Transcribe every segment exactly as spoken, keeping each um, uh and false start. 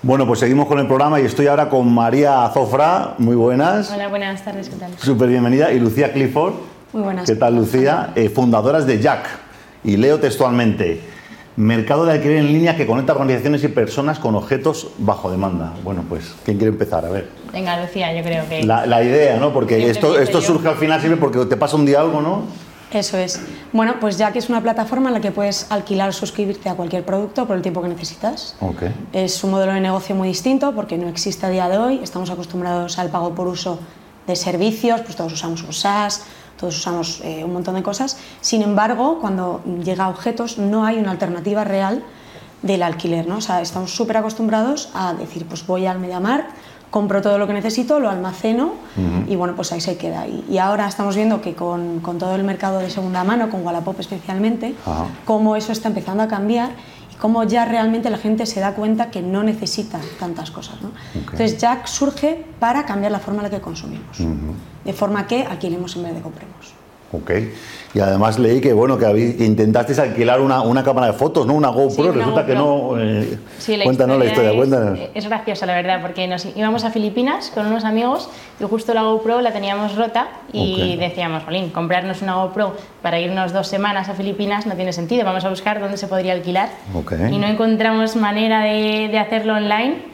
Bueno, pues seguimos con el programa y estoy ahora con María Azofra. Muy buenas. Hola, buenas tardes, ¿qué tal? Súper bienvenida. Y Lucía Clifford. Muy buenas. ¿Qué tal, Lucía? Eh, fundadoras de Jack. Y leo textualmente: mercado de alquiler en línea que conecta organizaciones y personas con objetos bajo demanda. Bueno, pues, ¿quién quiere empezar? A ver. Venga, Lucía, yo creo que... La, la idea, ¿no? Porque esto, esto surge al final siempre porque te pasa un día algo, ¿no? Eso es. Bueno, pues Jack es una plataforma en la que puedes alquilar o suscribirte a cualquier producto por el tiempo que necesitas. Okay. Es un modelo de negocio muy distinto porque no existe a día de hoy. Estamos acostumbrados al pago por uso de servicios, pues todos usamos un SaaS, todos usamos eh, un montón de cosas. Sin embargo, cuando llega a objetos no hay una alternativa real del alquiler, ¿no? O sea, estamos súper acostumbrados a decir, pues voy al MediaMarkt, compro todo lo que necesito, lo almaceno uh-huh. y bueno, pues ahí se queda. Y, y ahora estamos viendo que con, con todo el mercado de segunda mano, con Wallapop especialmente, uh-huh. cómo eso está empezando a cambiar y cómo ya realmente la gente se da cuenta que no necesita tantas cosas, ¿no? Okay. Entonces Jack surge para cambiar la forma en la que consumimos, uh-huh. de forma que alquilemos en vez de compremos. Ok. Y además leí que bueno que, habéis, que intentasteis alquilar una, una cámara de fotos, ¿no? Una GoPro, sí, una resulta GoPro. que no... Eh, sí, la cuéntanos la historia, es, cuéntanos. Es graciosa, la verdad, porque nos íbamos a Filipinas con unos amigos y justo la GoPro la teníamos rota y okay. decíamos, jolín, comprarnos una GoPro para irnos dos semanas a Filipinas no tiene sentido, vamos a buscar dónde se podría alquilar. Okay. Y no encontramos manera de, de hacerlo online.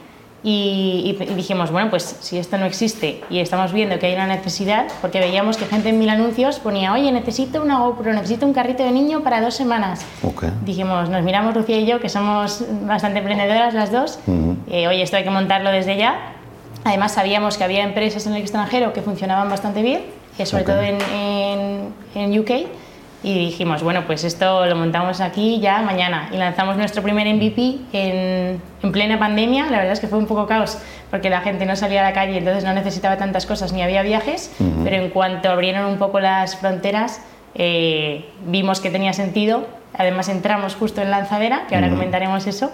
Y, y dijimos, bueno, pues si esto no existe y estamos viendo que hay una necesidad, porque veíamos que gente en mil anuncios ponía, oye, necesito una GoPro, necesito un carrito de niño para dos semanas. Okay. Dijimos, nos miramos Lucía y yo, que somos bastante emprendedoras las dos, uh-huh. eh, oye, esto hay que montarlo desde ya. Además sabíamos que había empresas en el extranjero que funcionaban bastante bien, eh, sobre okay. todo en, en, en U K. Y dijimos, bueno, pues esto lo montamos aquí ya mañana. Y lanzamos nuestro primer M V P en, en plena pandemia. La verdad es que fue un poco caos porque la gente no salía a la calle, entonces no necesitaba tantas cosas ni había viajes. Uh-huh. Pero en cuanto abrieron un poco las fronteras, eh, vimos que tenía sentido. Además entramos justo en lanzadera, que ahora uh-huh. comentaremos eso.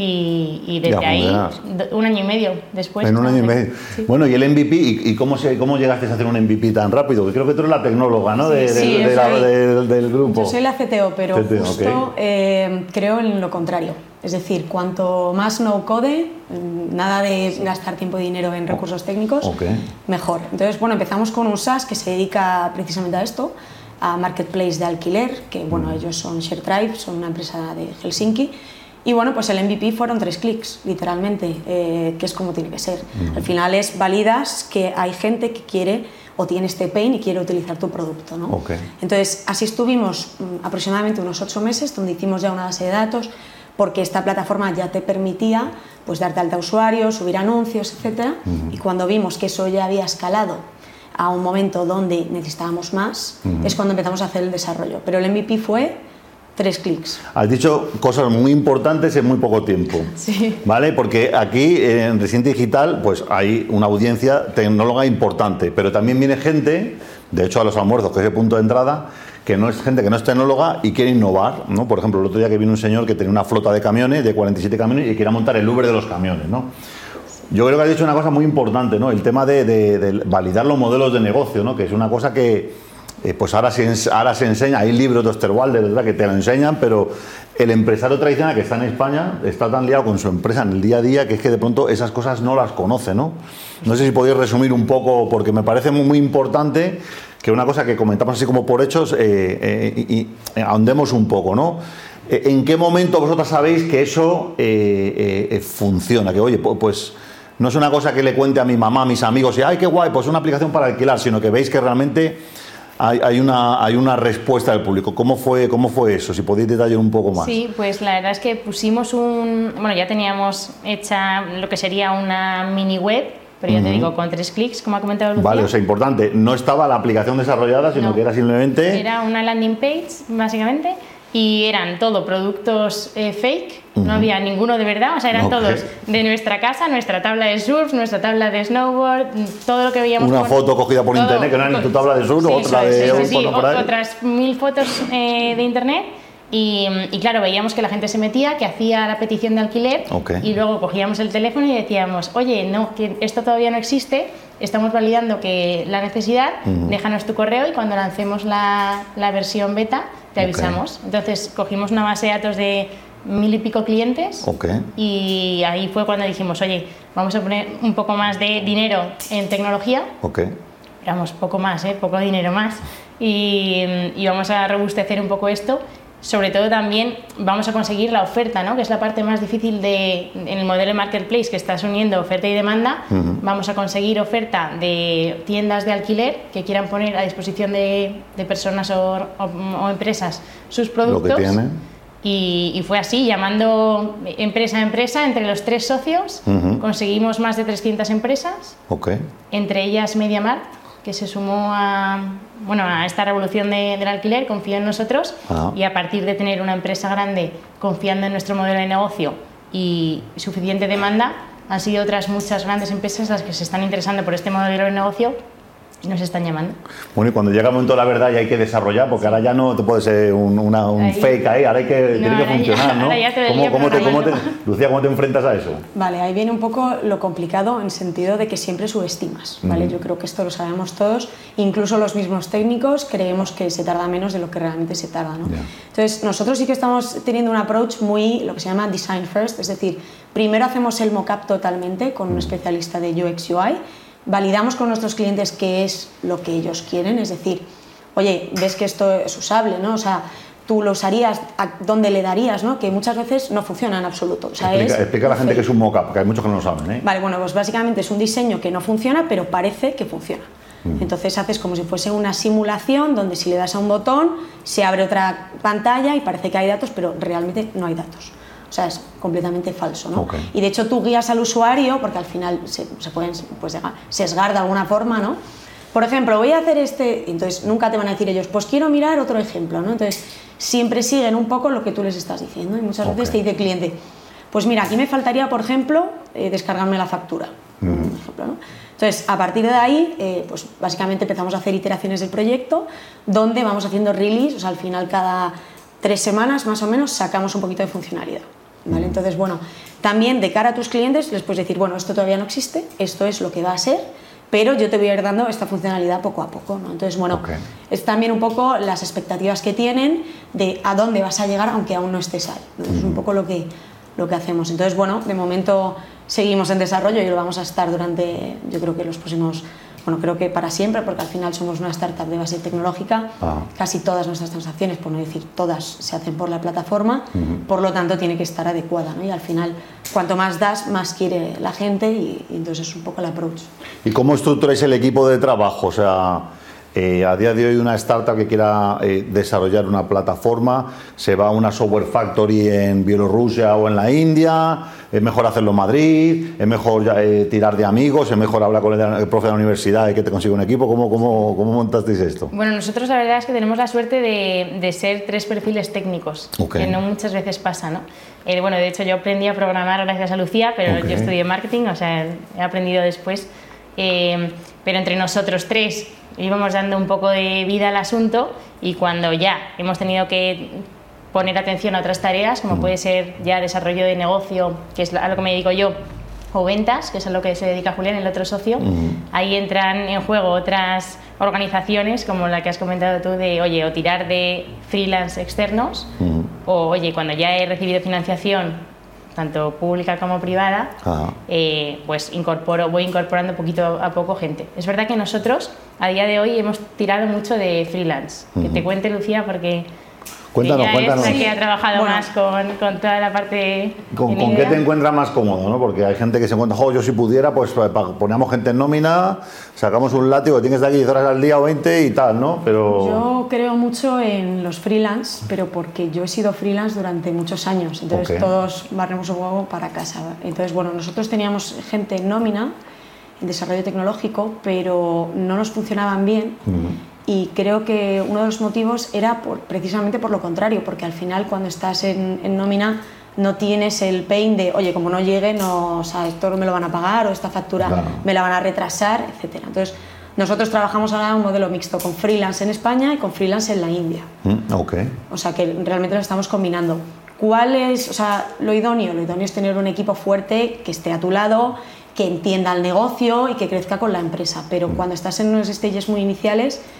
Y, y desde ahí, un año y medio después. En un año y medio. Sí. Bueno, ¿y el M V P? ¿Y, y cómo, se, cómo llegaste a hacer un M V P tan rápido? Que creo que tú eres la tecnóloga, ¿no? De, sí, de, de, soy, la, de, del grupo. Yo soy la C T O, pero C T O, justo okay. eh, creo en lo contrario. Es decir, cuanto más no-code, nada de sí. gastar tiempo y dinero en recursos técnicos, okay. mejor. Entonces, bueno, empezamos con un SaaS que se dedica precisamente a esto, a Marketplace de alquiler, que bueno, mm. ellos son ShareTribe, son una empresa de Helsinki. Y bueno, pues el M V P fueron tres clics, literalmente, eh, que es como tiene que ser. Uh-huh. Al final es validas que hay gente que quiere o tiene este pain y quiere utilizar tu producto, ¿no? Okay. Entonces, así estuvimos um, aproximadamente unos ocho meses, donde hicimos ya una base de datos, porque esta plataforma ya te permitía pues, darte alta a usuarios, subir anuncios, etcétera. Uh-huh. Y cuando vimos que eso ya había escalado a un momento donde necesitábamos más, uh-huh. es cuando empezamos a hacer el desarrollo. Pero el M V P fue... tres clics. Has dicho cosas muy importantes en muy poco tiempo. Sí. ¿Vale? Porque aquí en Residente Digital pues hay una audiencia tecnóloga importante, pero también viene gente, de hecho a los almuerzos, que es el punto de entrada, que no es gente que no es tecnóloga y quiere innovar, ¿no? Por ejemplo, el otro día que vino un señor que tenía una flota de camiones, de cuarenta y siete camiones, y quería montar el Uber de los camiones, ¿no? Yo creo que has dicho una cosa muy importante, ¿no? El tema de, de, de validar los modelos de negocio, ¿no? Que es una cosa que Eh, pues ahora se, ahora se enseña, hay libros de Osterwalder, ¿verdad?, que te lo enseñan, pero el empresario tradicional que está en España está tan liado con su empresa en el día a día que es que de pronto esas cosas no las conoce, ¿no? No sé si podéis resumir un poco, porque me parece muy, muy importante que una cosa que comentamos así como por hechos, eh, eh, y, y ahondemos un poco, ¿no? ¿En qué momento vosotras sabéis que eso eh, eh, funciona? Que oye, pues... no es una cosa que le cuente a mi mamá, a mis amigos, y ¡ay, qué guay! Pues una aplicación para alquilar, sino que veis que realmente... Hay, hay, una, hay una respuesta del público. ¿Cómo fue, cómo fue eso? Si podéis detallar un poco más. Sí, pues la verdad es que pusimos un... Bueno, ya teníamos hecha lo que sería una mini web, pero ya uh-huh. te digo, con tres clics, como ha comentado Lucía. Vale, o sea, importante, no estaba la aplicación desarrollada, sino no, que era simplemente... Era una landing page, básicamente, y eran todo productos eh, fake, uh-huh. no había ninguno de verdad, o sea, eran okay. todos de nuestra casa, nuestra tabla de surf, nuestra tabla de snowboard, todo lo que veíamos. Una por... foto cogida por todo, internet, que no era ni tu tabla de surf, sí, otra de... Sí, sí, sí, por ahí. Otras mil fotos eh, de internet. Y, y claro, veíamos que la gente se metía, que hacía la petición de alquiler okay. y luego cogíamos el teléfono y decíamos, oye, no, que esto todavía no existe, estamos validando que la necesidad, uh-huh. déjanos tu correo y cuando lancemos la, la versión beta te avisamos. Okay. Entonces cogimos una base de datos de mil y pico clientes. Okay. Y ahí fue cuando dijimos, oye, vamos a poner un poco más de dinero en tecnología. Okay. Éramos poco más, ¿eh? Poco dinero más. Y, y vamos a robustecer un poco esto. Sobre todo también vamos a conseguir la oferta, ¿no? Que es la parte más difícil de, en el modelo de marketplace, que estás uniendo oferta y demanda. Uh-huh. Vamos a conseguir oferta de tiendas de alquiler que quieran poner a disposición de, de personas o, o, o empresas sus productos. Lo que tienen. Y, y fue así, llamando empresa a empresa, entre los tres socios, uh-huh. conseguimos más de trescientas empresas, okay. entre ellas MediaMarkt, que se sumó a, bueno, a esta revolución de, del alquiler, confió en nosotros, ah. y a partir de tener una empresa grande confiando en nuestro modelo de negocio y suficiente demanda, han sido otras muchas grandes empresas las que se están interesando por este modelo de negocio y nos están llamando. Bueno, y cuando llega el momento de la verdad ya hay que desarrollar, porque sí. ahora ya no te puede ser un, una, un ahí. fake ahí, ahora hay que, no, tiene que funcionar, ya, ¿no? Te ¿Cómo, cómo te, cómo te, Lucía, ¿cómo te enfrentas a eso? Vale, ahí viene un poco lo complicado en sentido de que siempre subestimas, ¿vale? Mm. Yo creo que esto lo sabemos todos, incluso los mismos técnicos creemos que se tarda menos de lo que realmente se tarda, ¿no? Yeah. Entonces, nosotros sí que estamos teniendo un approach muy, lo que se llama design first, es decir, primero hacemos el mock-up totalmente con un especialista de U X U I, validamos con nuestros clientes qué es lo que ellos quieren, es decir, oye, ves que esto es usable, ¿no? O sea, tú lo usarías, ¿a dónde le darías, ¿no? Que muchas veces no funciona en absoluto. O sea, explica, es explica a la gente que es un mock-up, porque hay muchos que no lo saben, ¿eh? Vale, bueno, pues básicamente es un diseño que no funciona, pero parece que funciona. Mm. Entonces haces como si fuese una simulación donde si le das a un botón se abre otra pantalla y parece que hay datos, pero realmente no hay datos. O sea, es completamente falso, ¿no? Okay. Y de hecho tú guías al usuario, porque al final se, se pueden pues, sesgar de alguna forma, ¿no? Por ejemplo, voy a hacer este, entonces nunca te van a decir ellos, pues quiero mirar otro ejemplo, ¿no? Entonces siempre siguen un poco lo que tú les estás diciendo y muchas veces okay. te dice el cliente, pues mira, aquí me faltaría, por ejemplo, eh, descargarme la factura, mm. por ejemplo, ¿no? Entonces, a partir de ahí, eh, pues básicamente empezamos a hacer iteraciones del proyecto, donde vamos haciendo release, o sea, al final cada tres semanas más o menos sacamos un poquito de funcionalidad. ¿Vale? Entonces, bueno, también de cara a tus clientes les puedes decir, bueno, esto todavía no existe, esto es lo que va a ser, pero yo te voy a ir dando esta funcionalidad poco a poco, ¿no? Entonces, bueno, okay. es también un poco las expectativas que tienen de a dónde vas a llegar aunque aún no estés ahí. Entonces, mm. es un poco lo que, lo que hacemos. Entonces, bueno, de momento seguimos en desarrollo y lo vamos a estar durante, yo creo que los próximos... Bueno, creo que para siempre, porque al final somos una startup de base tecnológica, ah. casi todas nuestras transacciones, por no decir todas, se hacen por la plataforma, uh-huh. por lo tanto tiene que estar adecuada, ¿no? Y al final, cuanto más das, más quiere la gente y, y entonces es un poco el approach. ¿Y cómo estructuráis el equipo de trabajo? O sea, eh, a día de hoy una startup que quiera eh, desarrollar una plataforma, se va a una software factory en Bielorrusia o en la India, es mejor hacerlo en Madrid, es mejor eh, tirar de amigos, es mejor hablar con el, el profe de la universidad y que te consiga un equipo. ¿Cómo, cómo, cómo montasteis esto? Bueno, nosotros la verdad es que tenemos la suerte de, de ser tres perfiles técnicos, okay. que no muchas veces pasa, ¿no? Eh, bueno, de hecho yo aprendí a programar gracias a Lucía, pero okay. yo estudié marketing, o sea, he aprendido después, eh, pero entre nosotros tres íbamos dando un poco de vida al asunto y cuando ya hemos tenido que poner atención a otras tareas, como puede ser ya desarrollo de negocio, que es a lo que me dedico yo, o ventas, que es a lo que se dedica Julián, el otro socio, uh-huh. ahí entran en juego otras organizaciones, como la que has comentado tú, de, oye, o tirar de freelance externos, uh-huh. o, oye, cuando ya he recibido financiación, tanto pública como privada, uh-huh. eh, pues incorporo, voy incorporando poquito a poco gente. Es verdad que nosotros, a día de hoy, hemos tirado mucho de freelance. Uh-huh. Que te cuente, Lucía, porque... Cuéntanos, ella cuéntanos. Es la que ha trabajado bueno, más con, con toda la parte. ¿Con, ¿con qué te encuentras más cómodo? ¿No? Porque hay gente que se encuentra, jo, yo si pudiera, pues poníamos gente en nómina, sacamos un látigo, tienes de aquí diez horas al día o veinte y tal, ¿no? Pero... Yo creo mucho en los freelance, pero porque yo he sido freelance durante muchos años, entonces okay. todos barremos un huevo para casa. Entonces, bueno, nosotros teníamos gente en nómina, en desarrollo tecnológico, pero no nos funcionaban bien. Uh-huh. Y creo que uno de los motivos era por, precisamente por lo contrario, porque al final cuando estás en, en nómina no tienes el pain de, oye, como no llegue, no, o sea, esto no me lo van a pagar o esta factura claro. me la van a retrasar, etcétera. Entonces, nosotros trabajamos ahora un modelo mixto con freelance en España y con freelance en la India. Mm, okay. O sea, que realmente lo estamos combinando. ¿Cuál es, o sea, lo idóneo? Lo idóneo es tener un equipo fuerte que esté a tu lado, que entienda el negocio y que crezca con la empresa. Pero mm. cuando estás en unos stages muy iniciales,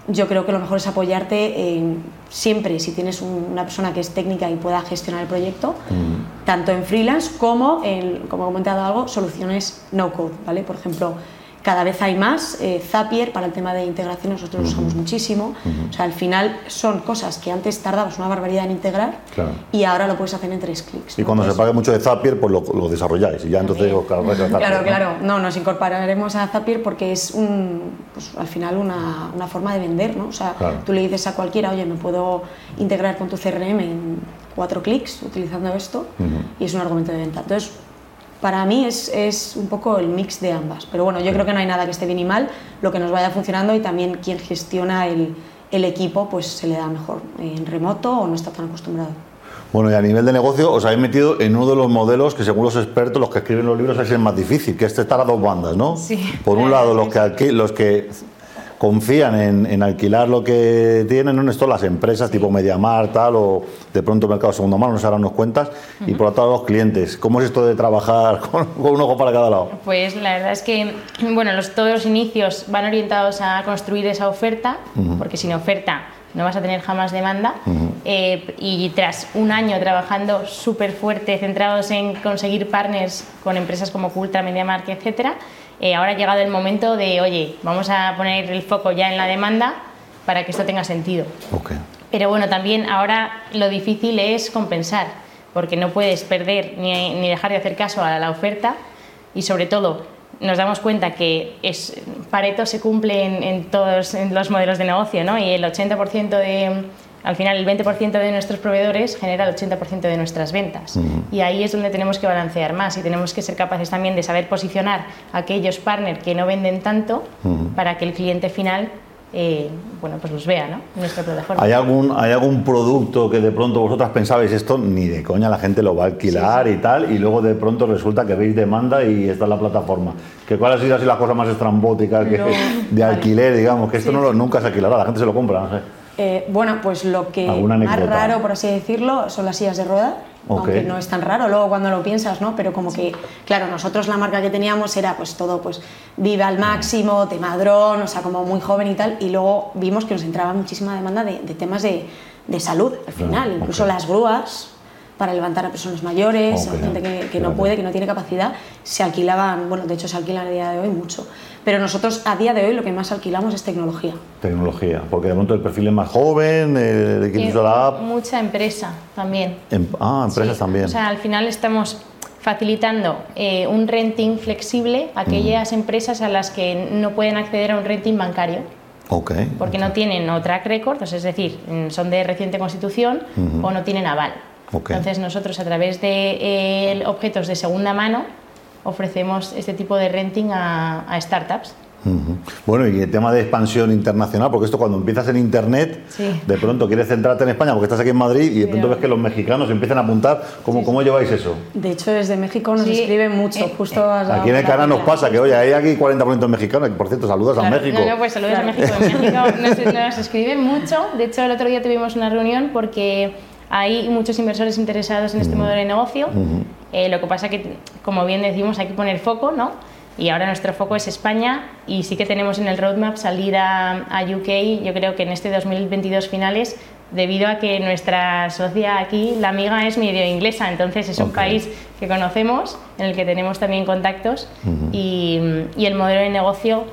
yo creo que lo mejor es apoyarte en, siempre, si tienes un, una persona que es técnica y pueda gestionar el proyecto, mm. tanto en freelance como en, como he comentado algo, soluciones no code, ¿vale? Por ejemplo, cada vez hay más, eh, Zapier para el tema de integración nosotros lo uh-huh. usamos muchísimo, uh-huh. o sea, al final son cosas que antes tardabas una barbaridad en integrar, claro. y ahora lo puedes hacer en tres clics. Y ¿no? cuando entonces, se pague mucho de Zapier, pues lo, lo desarrolláis y ya entonces digo, claro, Zapier, claro, ¿no? claro, no, nos incorporaremos a Zapier porque es un, pues, al final una, una forma de vender, ¿no? O sea, claro. tú le dices a cualquiera, oye, me puedo integrar con tu C R M en cuatro clics utilizando esto, uh-huh. y es un argumento de venta. Entonces, para mí es, es un poco el mix de ambas, pero bueno, yo sí. creo que no hay nada que esté bien y mal, lo que nos vaya funcionando y también quien gestiona el, el equipo pues se le da mejor en remoto o no está tan acostumbrado. Bueno, y a nivel de negocio os habéis metido en uno de los modelos que según los expertos, los que escriben los libros, es el más difícil, que es estar a dos bandas, ¿no? Sí. Por un lado, los que, alqui- los que confían en, en alquilar lo que tienen, ¿no? Esto las empresas sí. tipo MediaMarkt, tal, o de pronto mercado segunda mano, no se harán unos cuentas, uh-huh. y por otro lado los clientes. ¿Cómo es esto de trabajar con, con un ojo para cada lado? Pues la verdad es que, bueno, los, todos los inicios van orientados a construir esa oferta, uh-huh. porque sin oferta no vas a tener jamás demanda, uh-huh. eh, y tras un año trabajando súper fuerte, centrados en conseguir partners con empresas como Cultra, MediaMarkt, etcétera, Eh, ahora ha llegado el momento de, oye, vamos a poner el foco ya en la demanda para que esto tenga sentido. Okay. Pero bueno, también ahora lo difícil es compensar, porque no puedes perder ni, ni dejar de hacer caso a la oferta y sobre todo nos damos cuenta que es, Pareto se cumple en, en todos en los modelos de negocio, ¿no? Y el ochenta por ciento de... Al final, el veinte por ciento de nuestros proveedores genera el ochenta por ciento de nuestras ventas. Uh-huh. Y ahí es donde tenemos que balancear más y tenemos que ser capaces también de saber posicionar a aquellos partners que no venden tanto uh-huh. para que el cliente final eh, bueno, pues los vea, ¿no? En nuestra plataforma. ¿Hay algún, ¿Hay algún producto que de pronto vosotras pensabais esto ni de coña la gente lo va a alquilar sí, sí. y tal, y luego de pronto resulta que veis demanda y está en la plataforma? ¿Que ¿Cuál ha sido así la cosa más estrambótica que, no, de alquiler, vale. digamos? Que esto sí. no lo, nunca se alquilará, la gente se lo compra, no sé. Eh, bueno, pues lo que más raro, por así decirlo, son las sillas de rueda, okay. aunque no es tan raro luego cuando lo piensas, ¿no? Pero como que, claro, nosotros la marca que teníamos era pues todo, pues vive al máximo, tema dron, o sea, como muy joven y tal, y luego vimos que nos entraba muchísima demanda de, de temas de, de salud, al final, claro, incluso okay. las grúas para levantar a personas mayores, okay. a gente que, que no puede, que no tiene capacidad, se alquilaban, bueno, de hecho se alquilan a día de hoy mucho. Pero nosotros a día de hoy lo que más alquilamos es tecnología. Tecnología, porque de pronto el perfil es más joven, el que usa la app. Mucha empresa también. Em, ah, empresas sí. también. O sea, al final estamos facilitando eh, un renting flexible a aquellas mm. empresas a las que no pueden acceder a un renting bancario. Okay, porque okay. no tienen o track record, es decir, son de reciente constitución uh-huh. o no tienen aval. Okay. Entonces nosotros a través de eh, objetos de segunda mano ofrecemos este tipo de renting a, a startups. Uh-huh. Bueno, y el tema de expansión internacional, porque esto cuando empiezas en internet, sí. de pronto quieres centrarte en España porque estás aquí en Madrid y de pronto ves que los mexicanos empiezan a apuntar. ¿Cómo, sí. ¿cómo lleváis eso? De hecho, desde México nos sí. escriben mucho. Eh, justo eh. Aquí en el canal nos pasa que, oye, hay aquí cuarenta por ciento mexicanos, que por cierto, saludos claro. a México. No, no, pues saludos claro. a México. En México nos, nos escriben mucho. De hecho, el otro día tuvimos una reunión porque hay muchos inversores interesados en este uh-huh. modelo de negocio. Uh-huh. Eh, lo que pasa que, como bien decimos, hay que poner foco, ¿no? Y ahora nuestro foco es España y sí que tenemos en el roadmap salir a, a U K, yo creo que en este dos mil veintidós finales, debido a que nuestra socia aquí, la amiga, es medio inglesa, entonces es okay. un país que conocemos, en el que tenemos también contactos uh-huh. y, y el modelo de negocio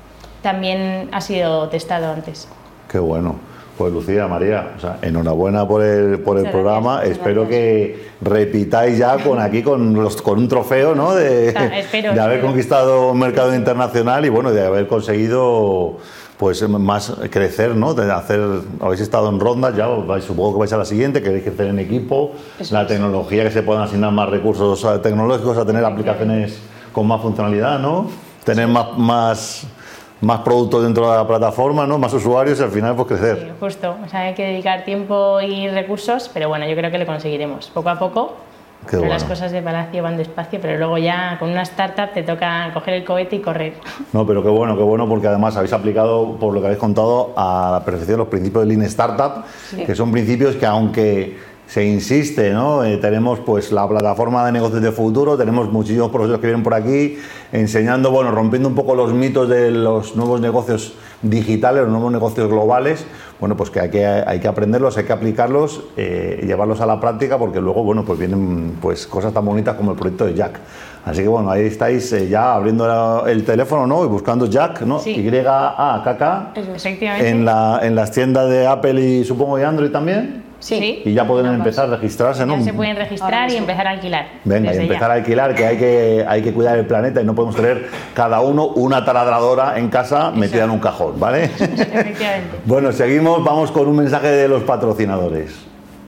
también ha sido testado antes. Qué bueno. Pues Lucía, María, o sea, enhorabuena por el, por el programa. Gracias, espero gracias. que repitáis ya con aquí con, los, con un trofeo, ¿no? De, ah, espero, de haber espero. conquistado un mercado internacional y bueno, de haber conseguido pues más crecer, ¿no? De hacer, habéis estado en rondas, ya vais, supongo que vais a la siguiente, queréis crecer en equipo, Eso la es. tecnología, que se puedan asignar más recursos tecnológicos, a tener aplicaciones con más funcionalidad, ¿no? Tener sí. más, más más productos dentro de la plataforma, ¿no? Más usuarios y al final pues crecer. Sí, justo, o sea, hay que dedicar tiempo y recursos, pero bueno, yo creo que lo conseguiremos, poco a poco. Qué pero bueno. Las cosas de Palacio van despacio, pero luego ya con una startup te toca coger el cohete y correr. No, pero qué bueno, qué bueno, porque además habéis aplicado, por lo que habéis contado, a la perfección los principios de Lean Startup, sí. que son principios que aunque se insiste, ¿no? Eh, tenemos pues la plataforma de negocios de futuro, tenemos muchísimos profesores que vienen por aquí enseñando, bueno, rompiendo un poco los mitos de los nuevos negocios digitales, los nuevos negocios globales, bueno, pues que hay que, hay que aprenderlos, hay que aplicarlos, eh, llevarlos a la práctica, porque luego, bueno, pues vienen pues cosas tan bonitas como el proyecto de Jack. Así que bueno, ahí estáis eh, ya abriendo el teléfono, ¿no? Y buscando Jack, ¿no? Sí. Y A K K. Efectivamente. En, la, en las tiendas de Apple y supongo de Android también. Sí. Y ya pueden Ambas. empezar a registrarse, ¿no? Ya se pueden registrar y empezar a alquilar. Venga, y desde empezar ya. a alquilar, que hay, que hay que cuidar el planeta y no podemos tener cada uno una taladradora en casa metida Eso. en un cajón, ¿vale? Efectivamente. Bueno, seguimos, vamos con un mensaje de los patrocinadores.